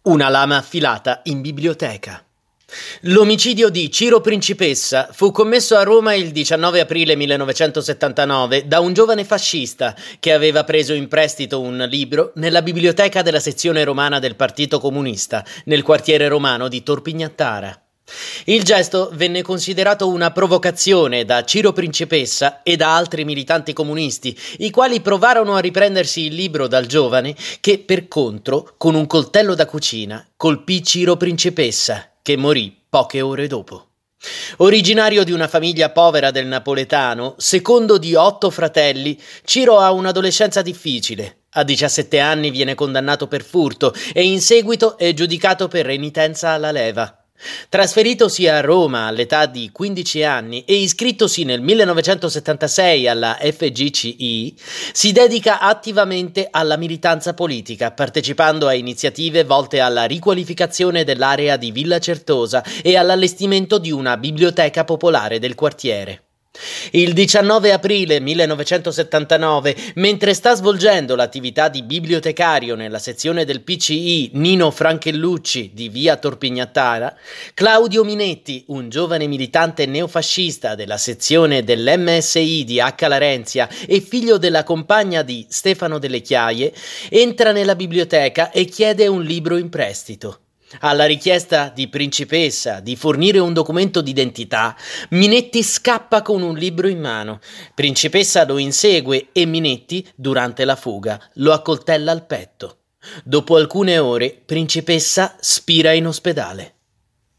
Una lama affilata in biblioteca. L'omicidio di Ciro Principessa fu commesso a Roma il 19 aprile 1979 da un giovane fascista che aveva preso in prestito un libro nella biblioteca della sezione romana del Partito Comunista, nel quartiere romano di Tor Pignattara. Il gesto venne considerato una provocazione da Ciro Principessa e da altri militanti comunisti, i quali provarono a riprendersi il libro dal giovane che, per contro, con un coltello da cucina, colpì Ciro Principessa, che morì poche ore dopo. Originario di una famiglia povera del napoletano, secondo di 8 fratelli, Ciro ha un'adolescenza difficile. A 17 anni viene condannato per furto e in seguito è giudicato per renitenza alla leva. Trasferitosi a Roma all'età di 15 anni e iscrittosi nel 1976 alla FGCI, si dedica attivamente alla militanza politica, partecipando a iniziative volte alla riqualificazione dell'area di Villa Certosa e all'allestimento di una biblioteca popolare del quartiere. Il 19 aprile 1979, mentre sta svolgendo l'attività di bibliotecario nella sezione del PCI Nino Franchellucci di via Tor Pignattara, Claudio Minetti, un giovane militante neofascista della sezione dell'MSI di H. Larenzia e figlio della compagna di Stefano Delle Chiaie, entra nella biblioteca e chiede un libro in prestito. Alla richiesta di Principessa di fornire un documento d'identità, Minetti scappa con un libro in mano. Principessa lo insegue e Minetti, durante la fuga, lo accoltella al petto. Dopo alcune ore, Principessa spira in ospedale.